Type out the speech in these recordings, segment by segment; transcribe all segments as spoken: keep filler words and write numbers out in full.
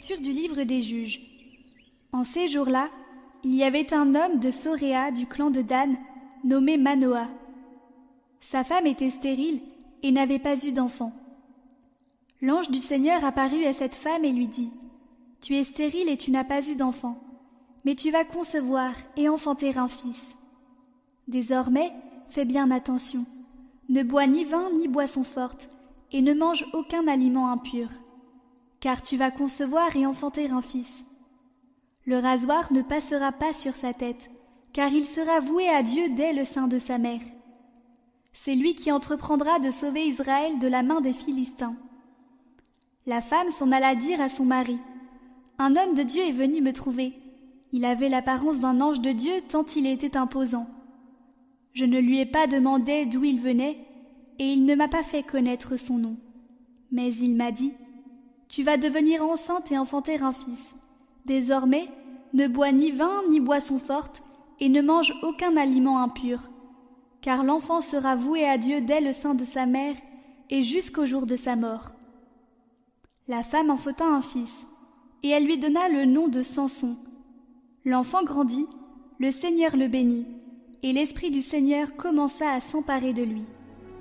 Lecture du livre des Juges. En ces jours-là, il y avait un homme de Soréa du clan de Dan, nommé Manoah. Sa femme était stérile et n'avait pas eu d'enfant. L'ange du Seigneur apparut à cette femme et lui dit : « Tu es stérile et tu n'as pas eu d'enfant, mais tu vas concevoir et enfanter un fils. Désormais, fais bien attention. Ne bois ni vin ni boisson forte, et ne mange aucun aliment impur. Car tu vas concevoir et enfanter un fils. Le rasoir ne passera pas sur sa tête, car il sera voué à Dieu dès le sein de sa mère. C'est lui qui entreprendra de sauver Israël de la main des Philistins. » La femme s'en alla dire à son mari : « Un homme de Dieu est venu me trouver. Il avait l'apparence d'un ange de Dieu tant il était imposant. Je ne lui ai pas demandé d'où il venait, et il ne m'a pas fait connaître son nom. Mais il m'a dit : « Tu vas devenir enceinte et enfanter un fils. Désormais, ne bois ni vin ni boisson forte, et ne mange aucun aliment impur. Car l'enfant sera voué à Dieu dès le sein de sa mère et jusqu'au jour de sa mort. » La femme enfanta un fils, et elle lui donna le nom de Samson. L'enfant grandit, le Seigneur le bénit, et l'Esprit du Seigneur commença à s'emparer de lui.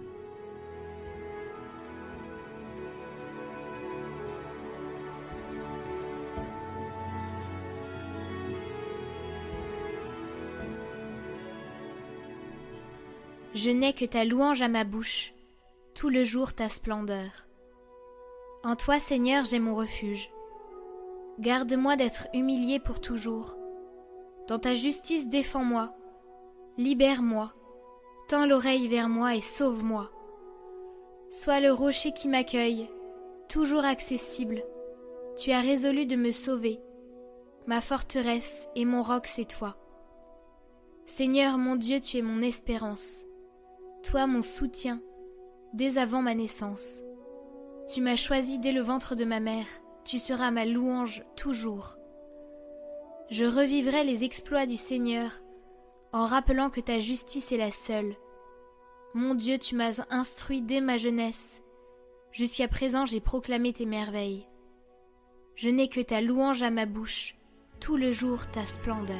Je n'ai que ta louange à ma bouche, tout le jour ta splendeur. En toi, Seigneur, j'ai mon refuge. Garde-moi d'être humilié pour toujours. Dans ta justice, défends-moi. Libère-moi. Tends l'oreille vers moi et sauve-moi. Sois le rocher qui m'accueille, toujours accessible. Tu as résolu de me sauver. Ma forteresse et mon roc, c'est toi. Seigneur, mon Dieu, tu es mon espérance. Toi, mon soutien, dès avant ma naissance. Tu m'as choisi dès le ventre de ma mère, tu seras ma louange toujours. Je revivrai les exploits du Seigneur, en rappelant que ta justice est la seule. Mon Dieu, tu m'as instruit dès ma jeunesse. Jusqu'à présent, j'ai proclamé tes merveilles. Je n'ai que ta louange à ma bouche, tout le jour ta splendeur.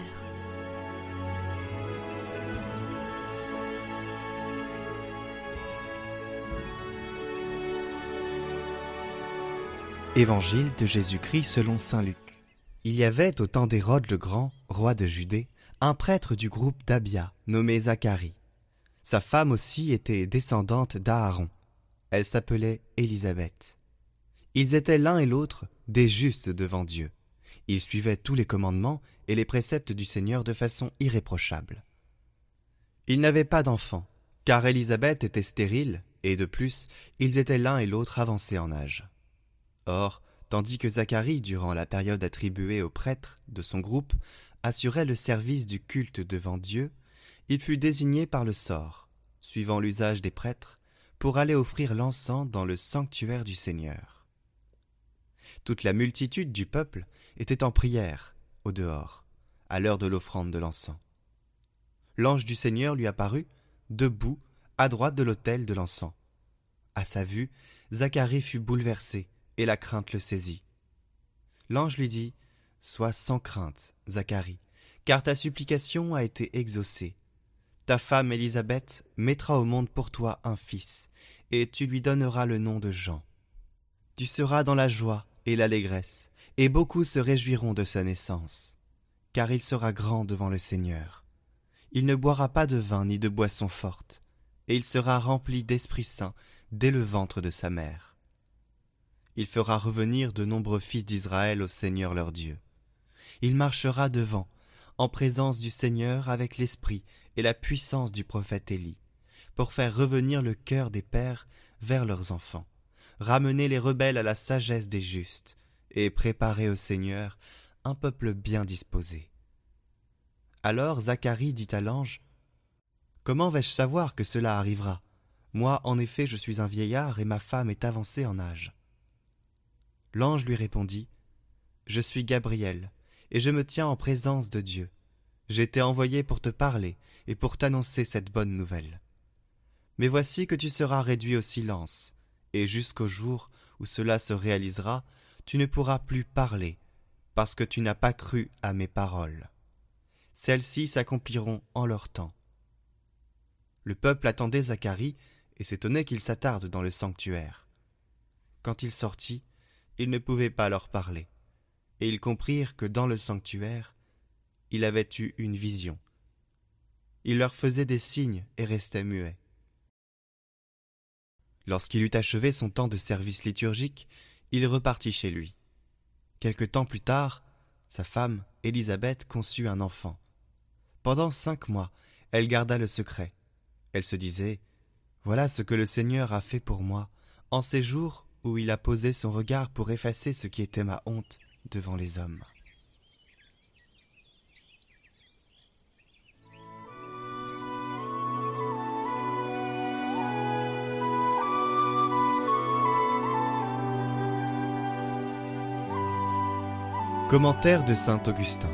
Évangile de Jésus-Christ selon saint Luc. Il y avait au temps d'Hérode le Grand, roi de Judée, un prêtre du groupe d'Abia, nommé Zacharie. Sa femme aussi était descendante d'Aaron. Elle s'appelait Élisabeth. Ils étaient l'un et l'autre des justes devant Dieu. Ils suivaient tous les commandements et les préceptes du Seigneur de façon irréprochable. Ils n'avaient pas d'enfants, car Élisabeth était stérile, et de plus, ils étaient l'un et l'autre avancés en âge. Or, tandis que Zacharie, durant la période attribuée aux prêtres de son groupe, assurait le service du culte devant Dieu, il fut désigné par le sort, suivant l'usage des prêtres, pour aller offrir l'encens dans le sanctuaire du Seigneur. Toute la multitude du peuple était en prière, au dehors, à l'heure de l'offrande de l'encens. L'ange du Seigneur lui apparut, debout, à droite de l'autel de l'encens. À sa vue, Zacharie fut bouleversé, et la crainte le saisit. L'ange lui dit : « Sois sans crainte, Zacharie, car ta supplication a été exaucée. Ta femme Élisabeth mettra au monde pour toi un fils, et tu lui donneras le nom de Jean. Tu seras dans la joie et l'allégresse, et beaucoup se réjouiront de sa naissance, car il sera grand devant le Seigneur. Il ne boira pas de vin ni de boisson forte, et il sera rempli d'Esprit Saint dès le ventre de sa mère. Il fera revenir de nombreux fils d'Israël au Seigneur leur Dieu. Il marchera devant, en présence du Seigneur avec l'esprit et la puissance du prophète Élie, pour faire revenir le cœur des pères vers leurs enfants, ramener les rebelles à la sagesse des justes, et préparer au Seigneur un peuple bien disposé. » Alors Zacharie dit à l'ange : « Comment vais-je savoir que cela arrivera ? Moi, en effet, je suis un vieillard et ma femme est avancée en âge. » L'ange lui répondit : « Je suis Gabriel, et je me tiens en présence de Dieu. J'ai été envoyé pour te parler et pour t'annoncer cette bonne nouvelle. Mais voici que tu seras réduit au silence, et jusqu'au jour où cela se réalisera, tu ne pourras plus parler, parce que tu n'as pas cru à mes paroles. Celles-ci s'accompliront en leur temps. » Le peuple attendait Zacharie et s'étonnait qu'il s'attarde dans le sanctuaire. Quand il sortit, il ne pouvait pas leur parler, et ils comprirent que dans le sanctuaire, il avait eu une vision. Il leur faisait des signes et restait muet. Lorsqu'il eut achevé son temps de service liturgique, il repartit chez lui. Quelque temps plus tard, sa femme, Élisabeth, conçut un enfant. Pendant cinq mois, elle garda le secret. Elle se disait « Voilà ce que le Seigneur a fait pour moi, en ces jours où il a posé son regard pour effacer ce qui était ma honte devant les hommes. » Commentaire de saint Augustin.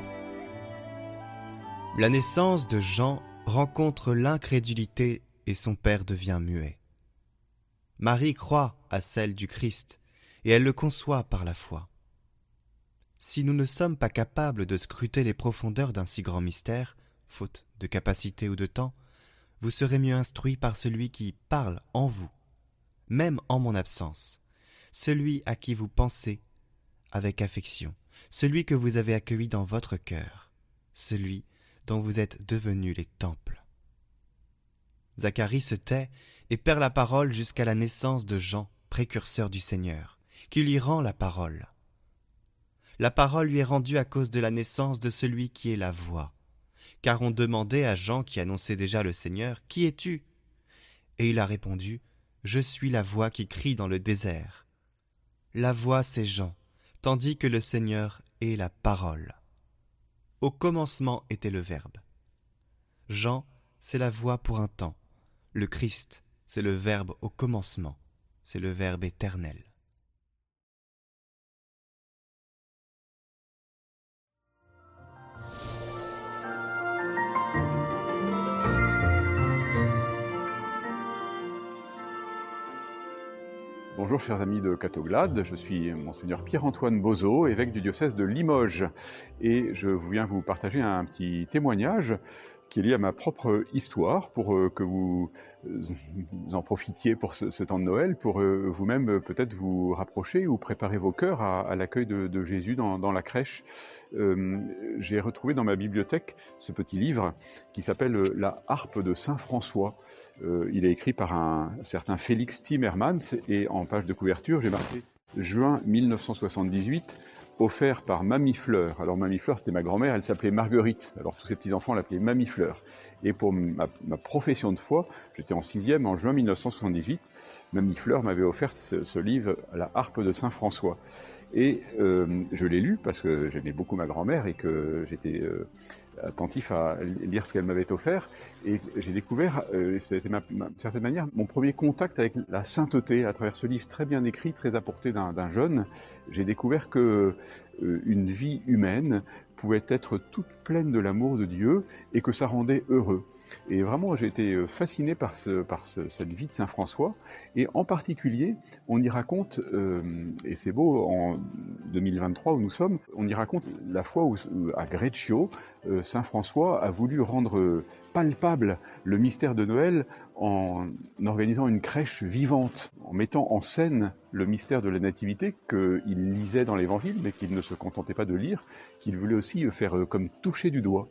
La naissance de Jean rencontre l'incrédulité et son père devient muet. Marie croit à celle du Christ et elle le conçoit par la foi. Si nous ne sommes pas capables de scruter les profondeurs d'un si grand mystère, faute de capacité ou de temps, vous serez mieux instruits par celui qui parle en vous, même en mon absence, celui à qui vous pensez avec affection, celui que vous avez accueilli dans votre cœur, celui dont vous êtes devenus les temples. Zacharie se tait et perd la parole jusqu'à la naissance de Jean, précurseur du Seigneur, qui lui rend la parole. La parole lui est rendue à cause de la naissance de celui qui est la voix, car on demandait à Jean qui annonçait déjà le Seigneur « Qui es-tu » Et il a répondu « Je suis la voix qui crie dans le désert. » La voix, c'est Jean, tandis que le Seigneur est la parole. Au commencement était le Verbe. Jean, c'est la voix pour un temps. Le Christ, c'est le Verbe au commencement. C'est le Verbe éternel. Bonjour chers amis de Catoglade, je suis Monseigneur Pierre-Antoine Bozo, évêque du diocèse de Limoges, et je viens vous partager un petit témoignage qui est lié à ma propre histoire, pour que vous en profitiez pour ce, ce temps de Noël, pour vous-même peut-être vous rapprocher ou préparer vos cœurs à, à l'accueil de, de Jésus dans, dans la crèche. Euh, j'ai retrouvé dans ma bibliothèque ce petit livre qui s'appelle « La harpe de Saint François ». Euh, il est écrit par un certain Félix Timmermans et en page de couverture, j'ai marqué « Juin mille neuf cent soixante-dix-huit ». Offert par Mamie Fleur. Alors Mamie Fleur, c'était ma grand-mère, elle s'appelait Marguerite. Alors tous ses petits-enfants l'appelaient Mamie Fleur. Et pour ma, ma profession de foi, j'étais en sixième en juin mille neuf cent soixante-dix-huit, Mamie Fleur m'avait offert ce, ce livre, La harpe de Saint François. Et euh, je l'ai lu parce que j'aimais beaucoup ma grand-mère et que j'étais euh, attentif à lire ce qu'elle m'avait offert. Et j'ai découvert, euh, c'était ma, ma, d'une certaine manière, mon premier contact avec la sainteté à travers ce livre très bien écrit, très apporté d'un, d'un jeune. J'ai découvert que euh, une vie humaine pouvait être toute pleine de l'amour de Dieu et que ça rendait heureux. Et vraiment, j'ai été fasciné par, ce, par ce, cette vie de Saint François. Et en particulier, on y raconte, euh, et c'est beau, en deux mille vingt-trois où nous sommes, on y raconte la fois où, à Greccio, euh, Saint François a voulu rendre palpable le mystère de Noël en organisant une crèche vivante, en mettant en scène le mystère de la Nativité qu'il lisait dans l'Évangile, mais qu'il ne se contentait pas de lire, qu'il voulait aussi faire comme toucher du doigt.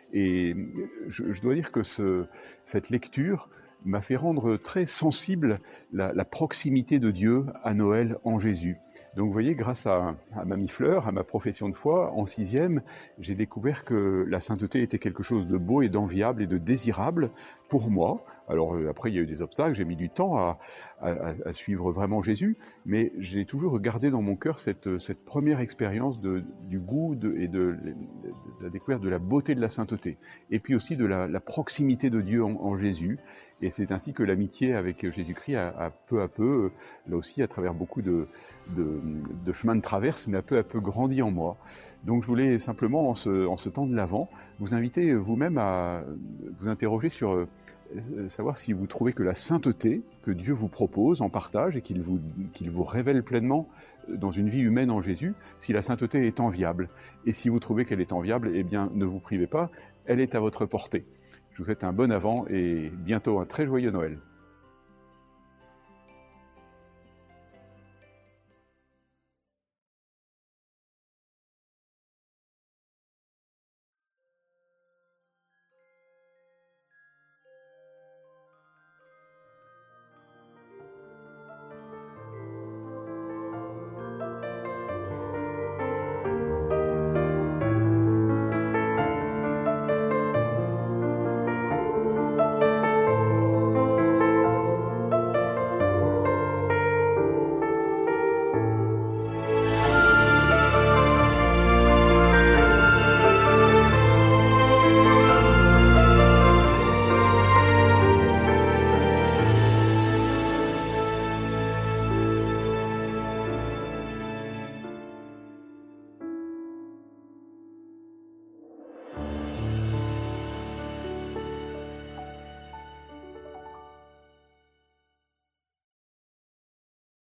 Et je, je dois dire que ce, cette lecture m'a fait rendre très sensible la, la proximité de Dieu à Noël en Jésus. Donc vous voyez, grâce à, à Mamie Fleur, à ma profession de foi, en sixième, j'ai découvert que la sainteté était quelque chose de beau et d'enviable et de désirable pour moi. Alors après, il y a eu des obstacles, j'ai mis du temps à, à, à suivre vraiment Jésus, mais j'ai toujours gardé dans mon cœur cette, cette première expérience de, du goût de, et de, de, de la découverte de la beauté de la sainteté, et puis aussi de la, la proximité de Dieu en, en Jésus. Et c'est ainsi que l'amitié avec Jésus-Christ a, a peu à peu, là aussi à travers beaucoup de, de, de chemins de traverse, mais a peu à peu grandi en moi. Donc je voulais simplement, en ce, en ce temps de l'Avent, vous inviter vous-même à vous interroger sur euh, savoir si vous trouvez que la sainteté que Dieu vous propose en partage et qu'il vous, qu'il vous révèle pleinement dans une vie humaine en Jésus, si la sainteté est enviable. Et si vous trouvez qu'elle est enviable, eh bien ne vous privez pas, elle est à votre portée. Je vous souhaite un bon Avent et bientôt un très joyeux Noël.